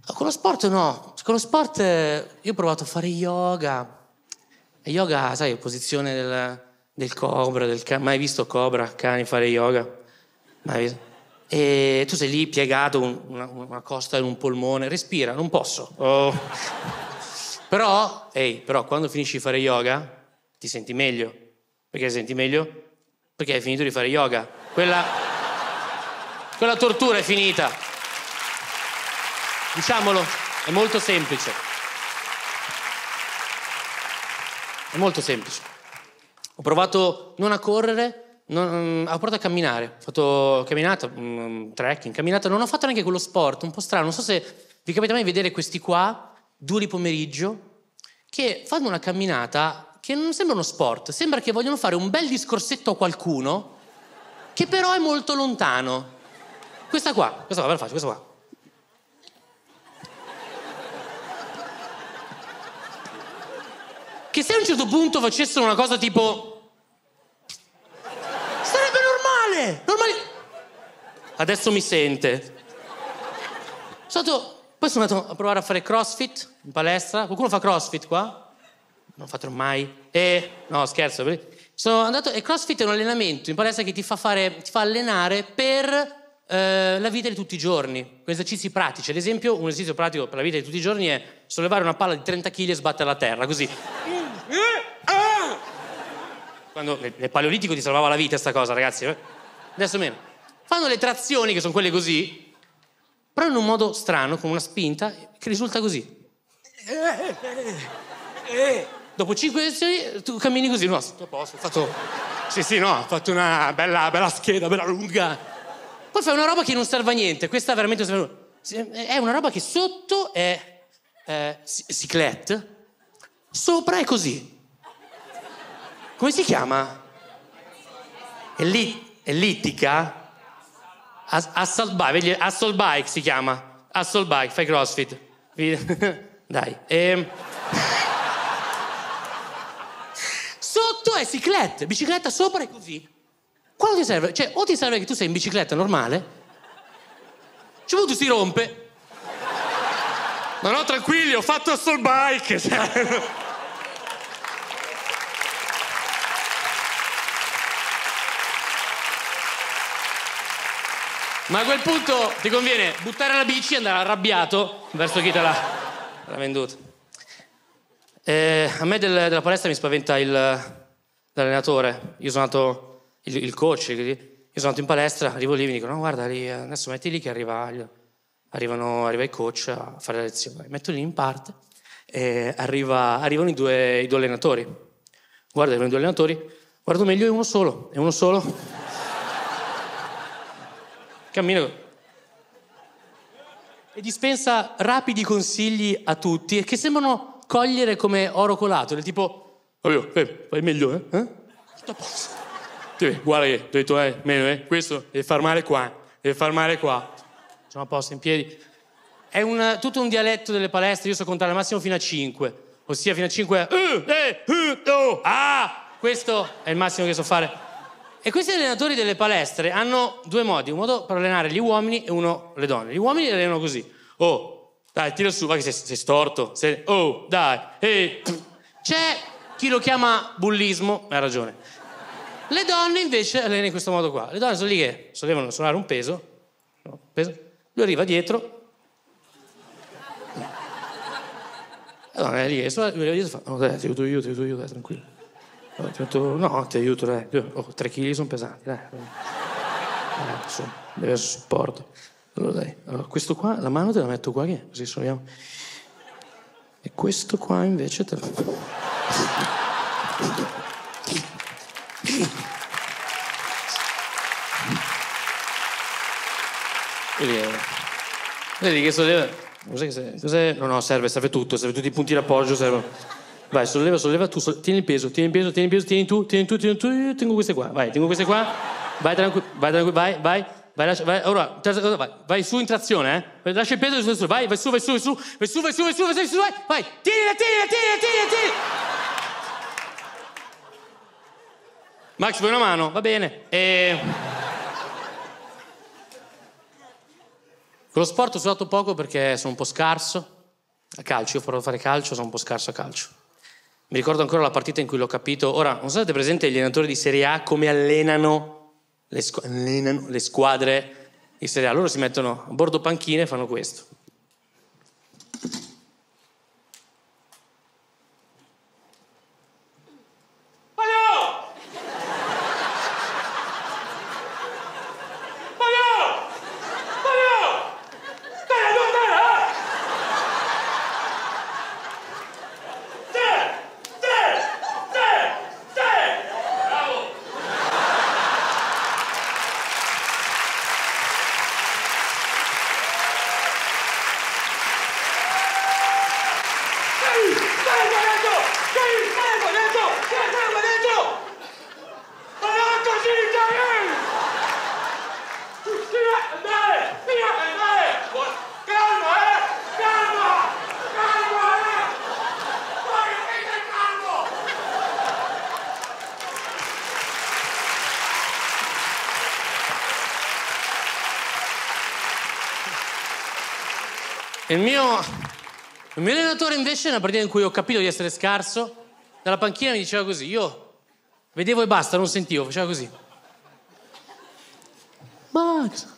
Con lo sport no, con lo sport io ho provato a fare yoga. E yoga, sai, posizione del cobra, mai visto cobra, cani fare yoga? Mai visto? E tu sei lì piegato, una costa in un polmone, respira, non posso. Oh. Però quando finisci di fare yoga ti senti meglio. Perché ti senti meglio? Perché hai finito di fare yoga. Quella tortura è finita. Diciamolo, è molto semplice. È molto semplice. Ho provato non a correre, ho provato a camminare. Ho fatto camminata, trekking, camminata. Non ho fatto neanche quello sport, un po' strano. Non so se vi capita mai vedere questi qua, duri pomeriggio, che fanno una camminata che non sembra uno sport. Sembra che vogliono fare un bel discorsetto a qualcuno, che però è molto lontano. Questa qua, ve la faccio, questa qua. Che se a un certo punto facessero una cosa tipo... sarebbe normale! Adesso mi sente. Poi sono andato a provare a fare CrossFit in palestra. Qualcuno fa CrossFit qua? Non fatelo mai. No, scherzo. Sono andato... E CrossFit è un allenamento in palestra che ti fa allenare per la vita di tutti i giorni, con esercizi pratici. Ad esempio, un esercizio pratico per la vita di tutti i giorni è sollevare una palla di 30 kg e sbatterla a terra, così. Quando nel Paleolitico ti salvava la vita sta cosa, ragazzi. Adesso meno. Fanno le trazioni, che sono quelle così, però in un modo strano, con una spinta, che risulta così. Dopo 5 lezioni tu cammini così. No, sto a posto, ho fatto... Sì, no, ho fatto una bella scheda, bella lunga. Poi fai una roba che non serve a niente. Questa veramente non serve. È una roba che sotto è cyclette, sopra è così. Come si chiama? Ellittica? Assault bike si chiama. Assault bike, fai CrossFit. Dai. Sotto è cyclette, bicicletta sopra è così. Quando ti serve? Cioè, o ti serve che tu sei in bicicletta normale, cioè tu si rompe. No, tranquilli, ho fatto assault bike. Ma a quel punto ti conviene buttare la bici e andare arrabbiato verso chi te l'ha venduta. A me della palestra mi spaventa l'allenatore. Io sono andato, il coach, io sono andato in palestra, arrivo lì e mi dicono: no, guarda, lì, adesso metti lì che arriva il coach a fare la lezione. Metto lì in parte e arrivano i due allenatori. Guarda, arrivano i due allenatori, guardo meglio, è uno solo. Cammino e dispensa rapidi consigli a tutti che sembrano cogliere come oro colato, del tipo: fai meglio, tutto a posto. Guarda che ho detto, meglio, questo deve far male qua, sono a posto, in piedi. È tutto un dialetto delle palestre. Io so contare al massimo fino a 5, ossia fino a 5 questo è il massimo che so fare. E questi allenatori delle palestre hanno due modi: un modo per allenare gli uomini e uno le donne. Gli uomini allenano così: oh, dai, tira su, va che sei storto, oh, dai, C'è chi lo chiama bullismo, ha ragione. Le donne invece allenano in questo modo qua. Le donne sono lì che devono suonare un peso, lui arriva dietro, la donna è lì che suona, lui arriva dietro e fa: no, dai, ti aiuto io, dai, tranquillo. No, ti aiuto, dai. 3 kg sono pesanti, dai. Insomma, deve essere supporto. Allora, questo qua, la mano te la metto qua, che così solleviamo. E questo qua invece te la... Vedi che solleva... Cos'è? No, serve tutto, serve tutti i punti d'appoggio, servono... Vai, solleva tu, tieni il peso, tieni tu, io tengo queste qua, vai, vai tranquillo, vai, ora, vai su in trazione, lascia il peso, vai su, vai, tieni. Max, vuoi una mano? Va bene. Con lo sport ho sudato poco perché sono un po' scarso. A calcio, io ho provato a fare calcio, sono un po' scarso a calcio. Mi ricordo ancora la partita in cui l'ho capito. Ora, non so se avete presente gli allenatori di Serie A come allenano le squadre di Serie A. Loro si mettono a bordo panchine e fanno questo. Il mio allenatore invece, nella partita in cui ho capito di essere scarso, dalla panchina mi diceva così, io vedevo e basta, non sentivo, faceva così. Max!